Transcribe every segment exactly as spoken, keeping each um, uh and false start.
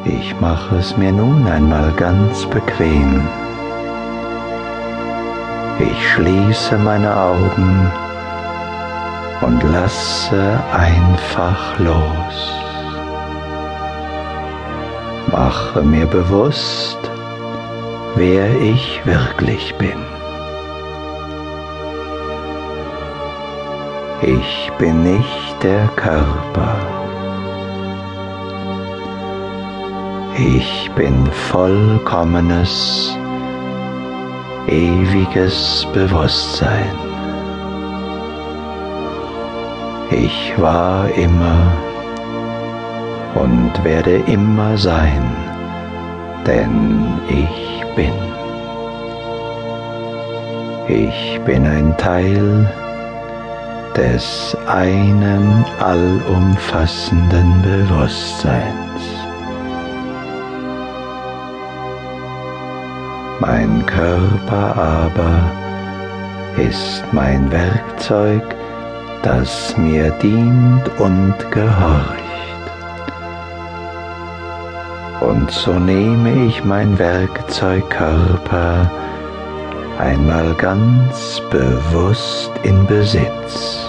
Ich mache es mir nun einmal ganz bequem. Ich schließe meine Augen und lasse einfach los. Mache mir bewusst, wer ich wirklich bin. Ich bin nicht der Körper. Ich bin vollkommenes, ewiges Bewusstsein. Ich war immer und werde immer sein, denn ich bin. Ich bin ein Teil des einen allumfassenden Bewusstseins. Mein Körper aber ist mein Werkzeug, das mir dient und gehorcht. Und so nehme ich mein Werkzeug Körper einmal ganz bewusst in Besitz,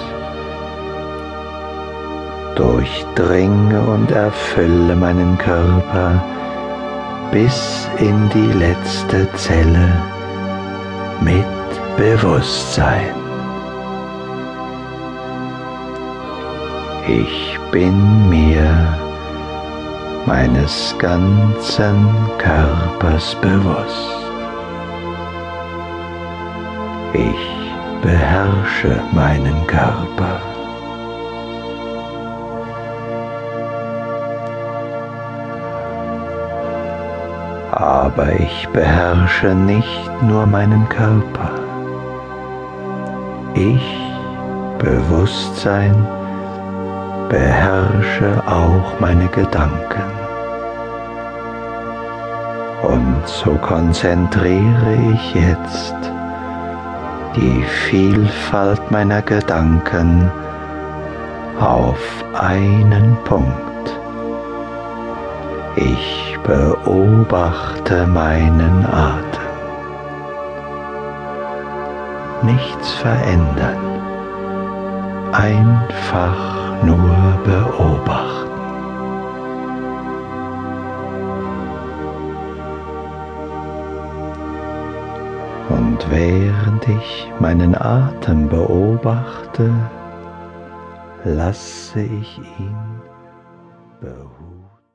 durchdringe und erfülle meinen Körper bis in die letzte Zelle mit Bewusstsein. Ich bin mir meines ganzen Körpers bewusst. Ich beherrsche meinen Körper. Aber ich beherrsche nicht nur meinen Körper. Ich, Bewusstsein, beherrsche auch meine Gedanken. Und so konzentriere ich jetzt die Vielfalt meiner Gedanken auf einen Punkt. Ich beobachte meinen Atem. Nichts verändern, einfach nur beobachten. Und während ich meinen Atem beobachte, lasse ich ihn behutsam